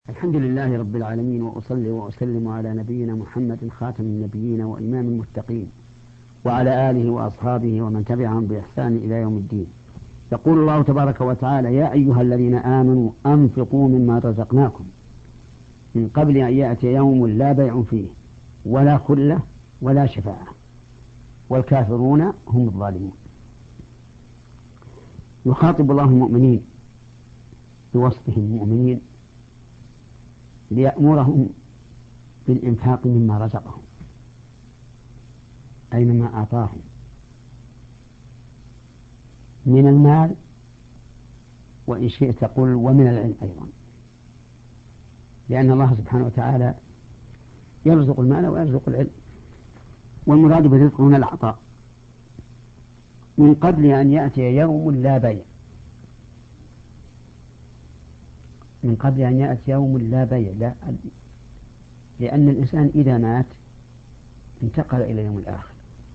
الحمد لله رب العالمين، وأصلي وأسلم على نبينا محمد خاتم النبيين وإمام المتقين، وعلى آله وأصحابه ومن تبعهم بإحسان إلى يوم الدين. يقول الله تبارك وتعالى: يا أيها الذين آمنوا أنفقوا مما رزقناكم من قبل أن يأتي يوم لا بيع فيه ولا خلة ولا شفاعة والكافرون هم الظالمون. يخاطب الله المؤمنين بوصفهم مؤمنين ليأمرهم بالإنفاق مما رزقهم، أي مما أعطاهم من المال، وإن شئت قل ومن العلم أيضا، لأن الله سبحانه وتعالى يرزق المال ويرزق العلم، والمراد بالرزق هنا العطاء. من قبل أن يأتي يوم لا بيع، من قبل أن يأتي يوم لا بيع، لا، لأن الإنسان إذا مات انتقل إلى يوم الآخر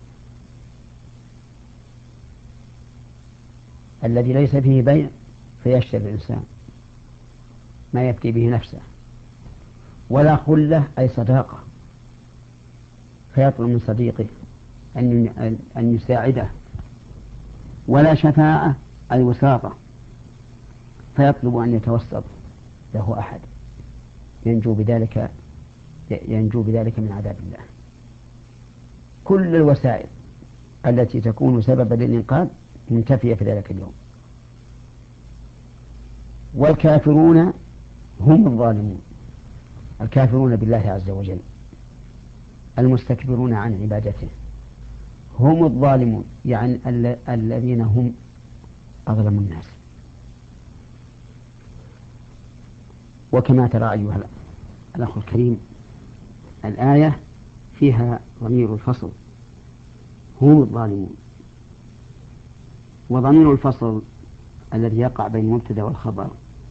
الذي ليس فيه بيع، فيشتري الإنسان ما يفتي به نفسه، ولا خلة أي صداقة، فيطلب من صديقه أن يساعده، ولا شفاعة أي وساطة، فيطلب أن يتوسط له أحد ينجو بذلك من عذاب الله. كل الوسائل التي تكون سببا للإنقاذ منتفية في ذلك اليوم. والكافرون هم الظالمون، الكافرون بالله عز وجل المستكبرون عن عبادته هم الظالمون، يعني الذين هم أظلم الناس. وكما ترى أيها الأخ الكريم، الآية فيها ضمير الفصل، هم الظالمون، وضمير الفصل الذي يقع بين المبتدأ والخبر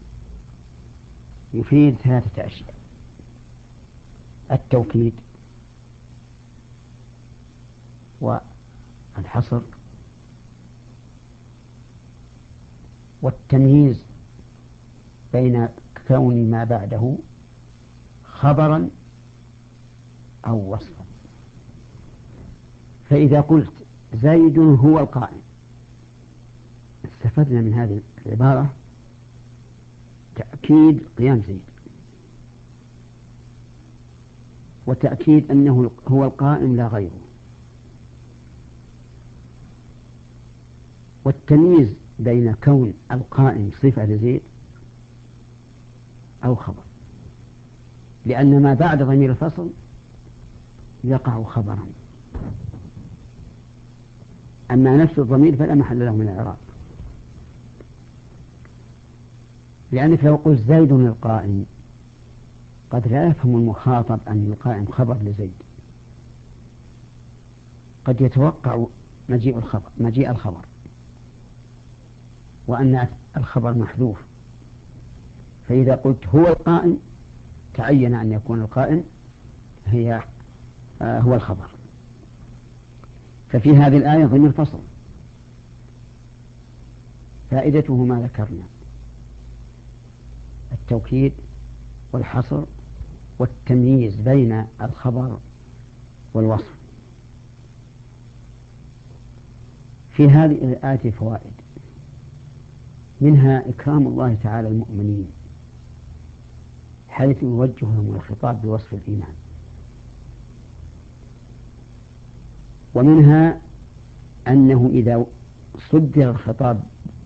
يفيد ثلاثة أشياء: التوكيد والحصر والتمييز بين كون ما بعده خبرا أو وصفا. فإذا قلت زيد هو القائم، استفدنا من هذه العبارة تأكيد قيام زيد، وتأكيد أنه هو القائم لا غيره، والتمييز بين كون القائم صفة لزيد أو خبر، لأن ما بعد ضمير الفصل يقع خبرا، أما نفس الضمير فلا محل له من الإعراب. لأنك لو قلت زيد القائم قد لا يفهم المخاطب أن القائم خبر لزيد، قد يتوقع مجيء الخبر وأن الخبر محذوف، فإذا قلت هو القائم تعين أن يكون القائم هو الخبر. ففي هذه الآية ضمير فصل فائدته ما ذكرنا: التوكيد والحصر والتمييز بين الخبر والوصف. في هذه الآية فوائد، منها إكرام الله تعالى المؤمنين حيث يوجههم الخطاب بوصف الإيمان، ومنها أنه إذا صدر الخطاب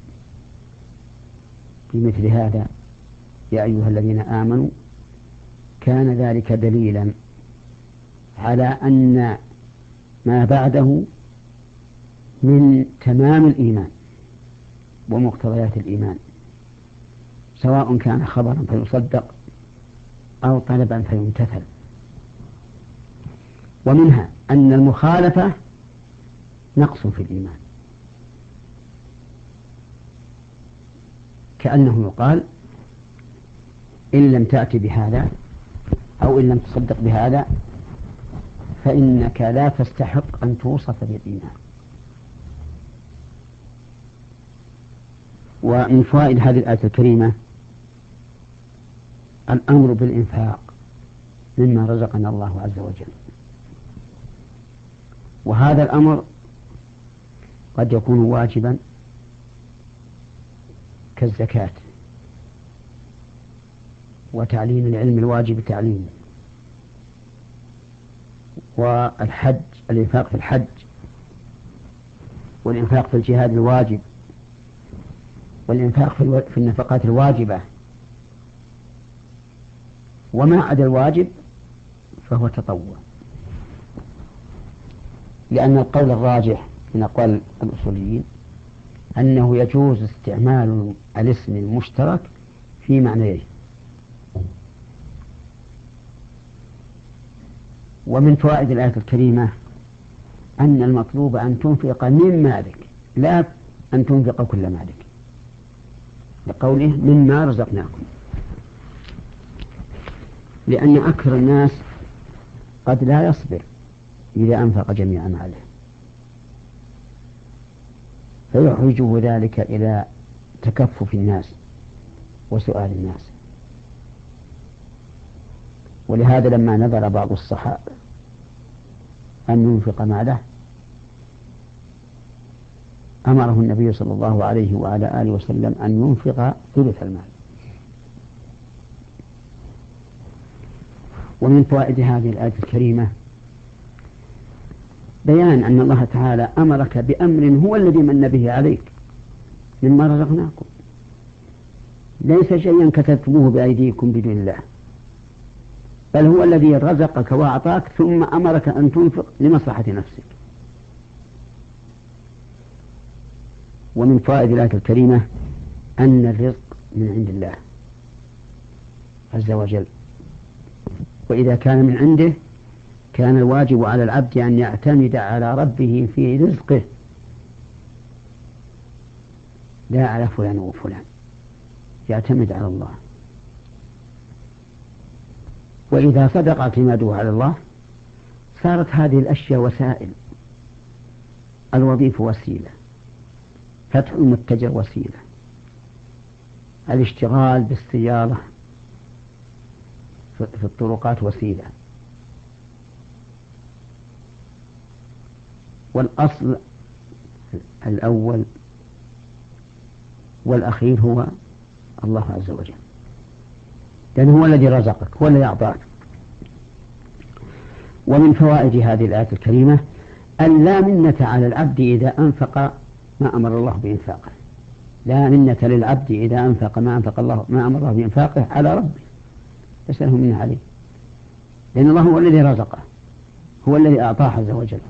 بمثل هذا يا أيها الذين آمنوا كان ذلك دليلا على أن ما بعده من تمام الإيمان ومقتضيات الإيمان، سواء كان خبرا فيصدق أو طلبا فيمتثل. ومنها أن المخالفة نقص في الإيمان، كأنه يقال إن لم تأتي بهذا أو إن لم تصدق بهذا فإنك لا تستحق أن توصف بالإيمان. ومن فوائد هذه الآية الكريمة الأمر بالإنفاق مما رزقنا الله عز وجل. وهذا الأمر قد يكون واجبا كالزكاة وتعليم العلم الواجب تعليمه، والحج الإنفاق في الحج، والإنفاق في الجهاد الواجب، والإنفاق في النفقات الواجبة. وما عدا الواجب فهو تطوع، لأن القول الراجح من أقوال الأصوليين أنه يجوز استعمال الاسم المشترك في معنيه. ومن فوائد الآية الكريمة أن المطلوب أن تنفق من مالك، لا أن تنفق كل مالك، لقوله مما رزقناكم، لأن أكثر الناس قد لا يصبر إذا أنفق جميع ماله، فيحوجه ذلك إلى تكفف الناس وسؤال الناس. ولهذا لما نذر بعض الصحابة أن ينفق ماله أمره النبي صلى الله عليه وعلى آله وسلم أن ينفق ثلث المال. ومن فوائد هذه الآية الكريمة بيان أن الله تعالى أمرك بأمر هو الذي من به عليك مما رزقناكم، ليس شيئا كتبتموه بأيديكم بدون الله، بل هو الذي رزقك وأعطاك ثم أمرك أن تنفق لمصلحة نفسك. ومن فوائد الآية الكريمة أن الرزق من عند الله عز وجل، وإذا كان من عنده كان الواجب على العبد أن يعتمد على ربه في رزقه، لا على فلان وفلان، يعتمد على الله. وإذا صدق اعتماده على الله صارت هذه الأشياء وسائل، الوظيفة وسيلة، فتح المتجر وسيلة، الاشتغال بالسيارة في الطرقات وسيلة، والأصل الأول والأخير هو الله عز وجل، لأنه هو الذي رزقك، هو الذي أعطاك. ومن فوائد هذه الآية الكريمة أن لا منة على العبد إذا أنفق ما أمر الله بإنفاقه، لا منة للعبد إذا أنفق ما أمر الله بإنفاقه على ربه، ليس له منة عليه، لأن الله هو الذي رزقه، هو الذي أعطاه عز وجل.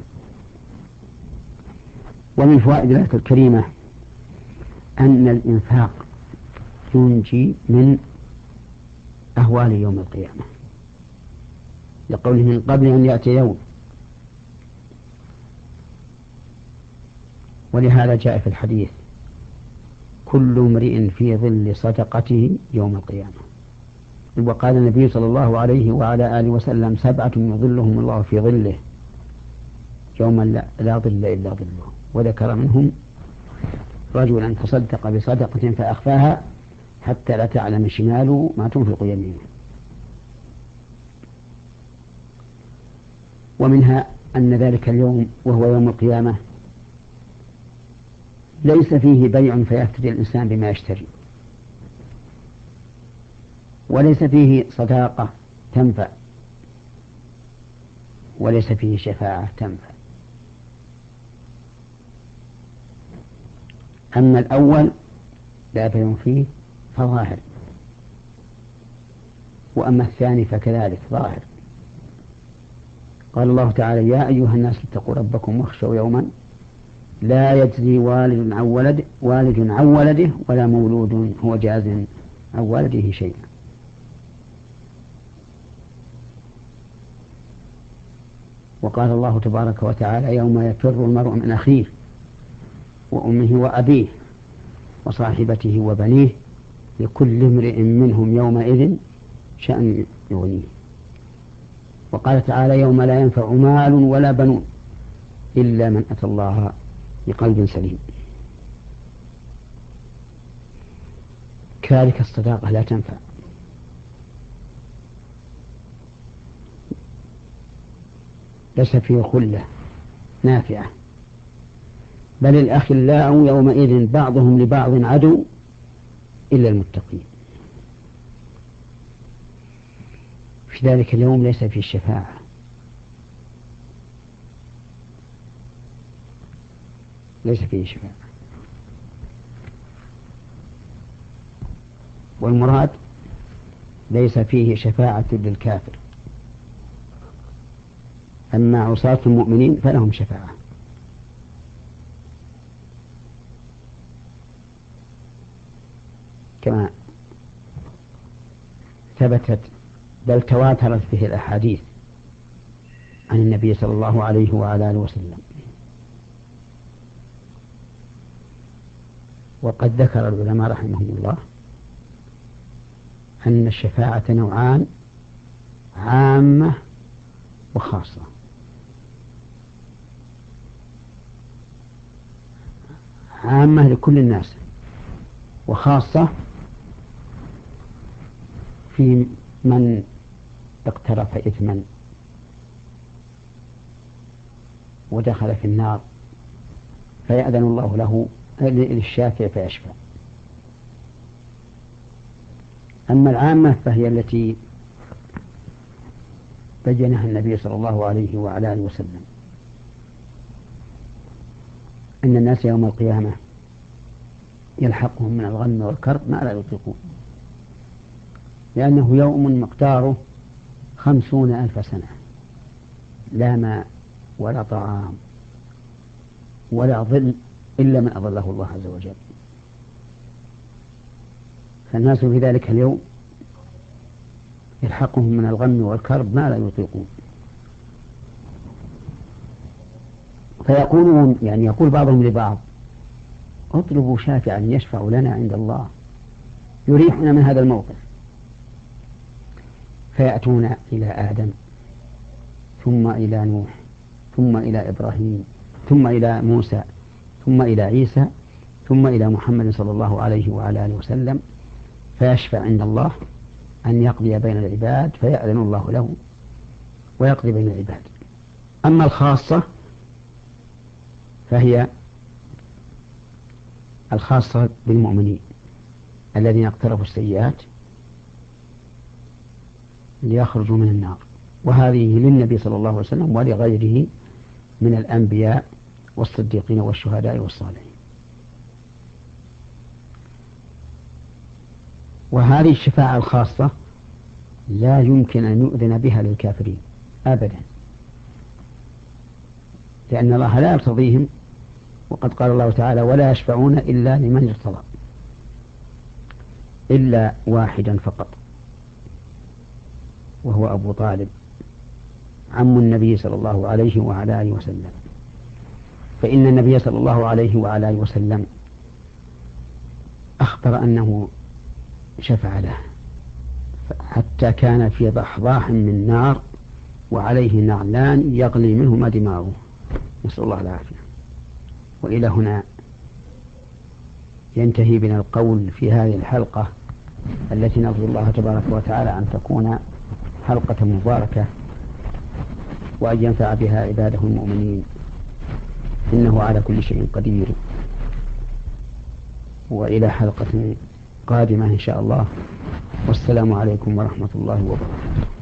ومن فوائد الآية الكريمة أن الإنفاق ينجي من أهوال يوم القيامة، لقوله من قبل أن يأتي يوم. ولهذا جاء في الحديث كل امرئ في ظل صدقته يوم القيامة. وقال النبي صلى الله عليه وعلى آله وسلم 7 يظلهم الله في ظله يوم لا ظل إلا ظله، وذكر منهم رجلا تصدق بصدقة فأخفاها حتى لا تعلم شماله ما تنفق يمينه. ومنها أن ذلك اليوم وهو يوم القيامة ليس فيه بيع فيفتدي الإنسان بما يشتري، وليس فيه صداقة تنفع، وليس فيه شفاعة تنفع. أما الأول لا بيع فيه فظاهر، وأما الثاني فكذلك ظاهر. قال الله تعالى يا أيها الناس اتقوا ربكم واخشوا يوما لا يجزي والد عن ولده ولا مولود هو جاز عن والده شيئا. وقال الله تبارك وتعالى يوم يفر المرء من أخيه وأمه وأبيه وصاحبته وبنيه لكل امرئ منهم يومئذ شأن يغنيه. وقال تعالى يوم لا ينفع مال ولا بنون إلا من أتى الله بقلب سليم. كذلك الصداقة لا تنفع ليس فيه خلة نافعة، بل الأخلاء يومئذ بعضهم لبعض عدو إلا المتقين. في ذلك اليوم ليس فيه الشفاعة، ليس فيه شفاعة. والمراد ليس فيه شفاعة للكافر، أما عصاة المؤمنين فلهم شفاعة. كما ثبتت بل تواترت به الأحاديث عن النبي صلى الله عليه وعلى آله وسلم. وقد ذكر العلماء رحمهم الله أن الشفاعة نوعان: عامة وخاصة. عامة لكل الناس، وخاصة في من اقترف إثما ودخل في النار فيأذن الله له للشافع فيشفع. أما العامة فهي التي بينها النبي صلى الله عليه وعلى آله وسلم، أن الناس يوم القيامة يلحقهم من الغم والكرب ما لا يطيقون، لأنه يوم مقداره 50,000 سنة، لا ماء ولا طعام ولا ظل إلا من أظله الله عز وجل. فالناس في ذلك اليوم يلحقهم من الغم والكرب ما لا يطيقون، فيقولون يعني يقول بعضهم لبعض: اطلبوا شافعا يشفع لنا عند الله يريحنا من هذا الموقف. فيأتون إلى آدم، ثم إلى نوح، ثم إلى إبراهيم، ثم إلى موسى، ثم إلى عيسى، ثم إلى محمد صلى الله عليه وعلى آله وسلم، فيشفع عند الله أن يقضي بين العباد، فيأذن الله له ويقضي بين العباد. أما الخاصة فهي الخاصة بالمؤمنين الذين اقترفوا السيئات ليخرجوا من النار، وهذه للنبي صلى الله عليه وسلم ولغيره من الأنبياء والصديقين والشهداء والصالحين. وهذه الشفاعة الخاصة لا يمكن أن يؤذن بها للكافرين أبدا، لأن الله لا يرتضيهم، وقد قال الله تعالى: ولا يشفعون إلا لمن ارتضى، إلا واحدا فقط، وهو أبو طالب عم النبي صلى الله عليه وعلى آله وسلم. فإن النبي صلى الله عليه وعلى آله وسلم أخبر أنه شفع له، حتى كان في ضحضاح من نار وعليه نعلان يغلي منهما دماغه، نسأل الله العافية. وإلى هنا ينتهي بنا القول في هذه الحلقة التي نرجو الله تبارك وتعالى أن تكون حلقة مباركة، وأن ينفع بها عباده المؤمنين، إنه على كل شيء قدير. وإلى حلقة قادمة إن شاء الله، والسلام عليكم ورحمة الله وبركاته.